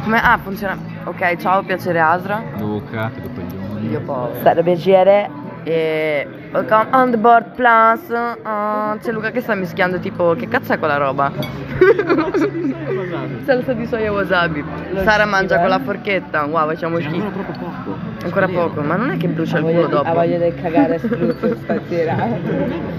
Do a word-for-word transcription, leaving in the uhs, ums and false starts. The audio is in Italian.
Come? Ah, funziona. Ok, ciao, piacere Asra. Luca, che coglioni. Io poi. Stato piacere. E welcome on the board plus. Uh, c'è Luca che sta mischiando tipo. Che cazzo è quella roba? Salsa di soia wasabi. Sara mangia con la forchetta. Wow, facciamo C'è schifo. ancora troppo poco. Ancora poco, ma non è che brucia Ha il voglia culo di- dopo. ha voglia di cagare spruzzo stasera.